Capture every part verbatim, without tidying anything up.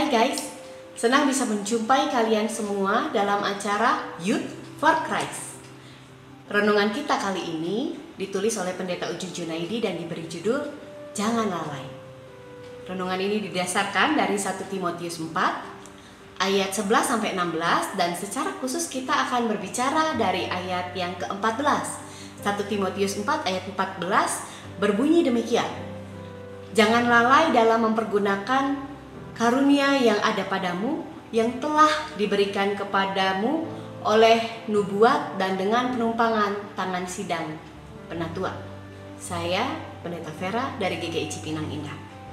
Hai guys, senang bisa menjumpai kalian semua dalam acara Youth for Christ. Renungan kita kali ini ditulis oleh Pendeta Uju Junaidi dan diberi judul Jangan Lalai. Renungan ini didasarkan dari satu Timotius empat ayat sebelas sampai enam belas dan secara khusus kita akan berbicara dari ayat yang keempat belas. satu Timotius empat ayat empat belas berbunyi demikian. Jangan lalai dalam mempergunakan karunia yang ada padamu, yang telah diberikan kepadamu oleh nubuat dan dengan penumpangan tangan sidang penatua. Saya Pendeta Vera dari G G I Cipinang Indah.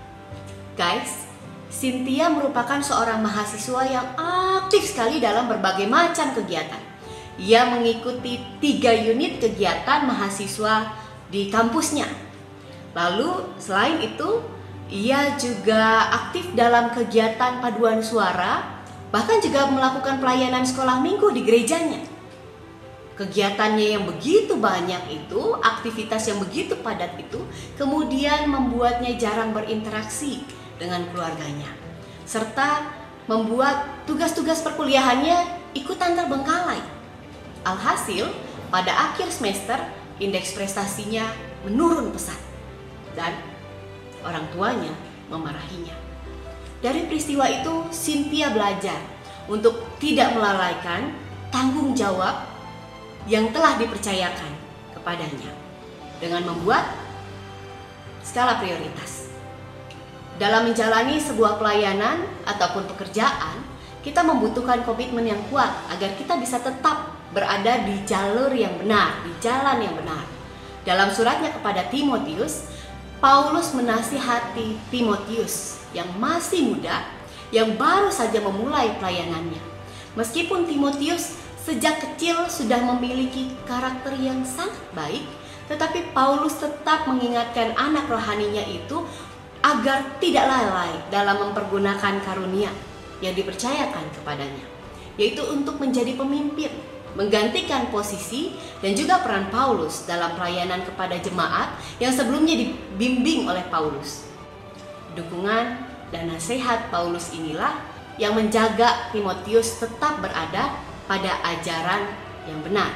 Guys, Cynthia merupakan seorang mahasiswa yang aktif sekali dalam berbagai macam kegiatan. Ia mengikuti tiga unit kegiatan mahasiswa di kampusnya. Lalu selain itu, ia juga aktif dalam kegiatan paduan suara, bahkan juga melakukan pelayanan sekolah minggu di gerejanya. Kegiatannya yang begitu banyak itu, aktivitas yang begitu padat itu, kemudian membuatnya jarang berinteraksi dengan keluarganya, serta membuat tugas-tugas perkuliahannya ikutan terbengkalai. Alhasil, pada akhir semester, indeks prestasinya menurun pesat dan orang tuanya memarahinya. Dari peristiwa itu, Cynthia belajar untuk tidak melalaikan tanggung jawab yang telah dipercayakan kepadanya dengan membuat skala prioritas. Dalam menjalani sebuah pelayanan ataupun pekerjaan, kita membutuhkan komitmen yang kuat agar kita bisa tetap berada di jalur yang benar, di jalan yang benar. Dalam suratnya kepada Timotius, Paulus menasihati Timotius yang masih muda, yang baru saja memulai pelayanannya. Meskipun Timotius sejak kecil sudah memiliki karakter yang sangat baik, tetapi Paulus tetap mengingatkan anak rohaninya itu agar tidak lalai dalam mempergunakan karunia yang dipercayakan kepadanya, yaitu untuk menjadi pemimpin, menggantikan posisi dan juga peran Paulus dalam pelayanan kepada jemaat yang sebelumnya dibimbing oleh Paulus. Dukungan dan nasihat Paulus inilah yang menjaga Timotius tetap berada pada ajaran yang benar.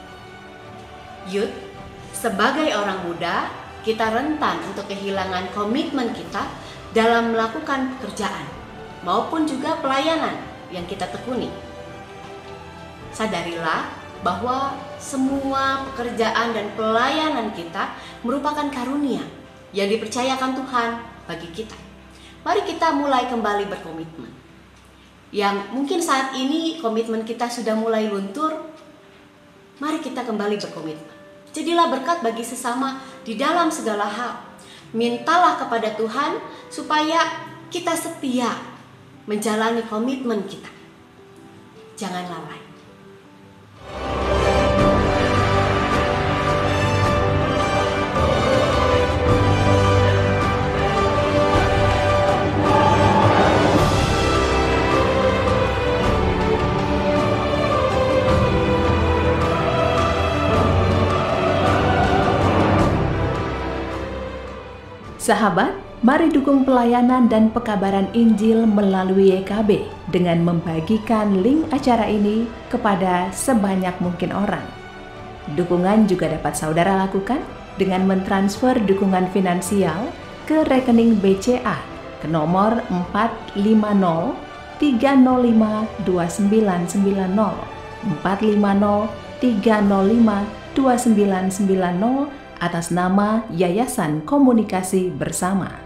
Youth, sebagai orang muda, kita rentan untuk kehilangan komitmen kita dalam melakukan pekerjaan maupun juga pelayanan yang kita tekuni. Sadarilah bahwa semua pekerjaan dan pelayanan kita merupakan karunia yang dipercayakan Tuhan bagi kita. Mari kita mulai kembali berkomitmen. Yang mungkin saat ini komitmen kita sudah mulai luntur, mari kita kembali berkomitmen. Jadilah berkat bagi sesama di dalam segala hal. Mintalah kepada Tuhan supaya kita setia menjalani komitmen kita. Jangan lalai. Sahabat, mari dukung pelayanan dan pekabaran Injil melalui Y K B dengan membagikan link acara ini kepada sebanyak mungkin orang. Dukungan juga dapat saudara lakukan dengan mentransfer dukungan finansial ke rekening B C A ke nomor empat lima nol tiga nol lima dua sembilan sembilan nol empat lima nol tiga nol lima dua sembilan sembilan nol atas nama Yayasan Komunikasi Bersama.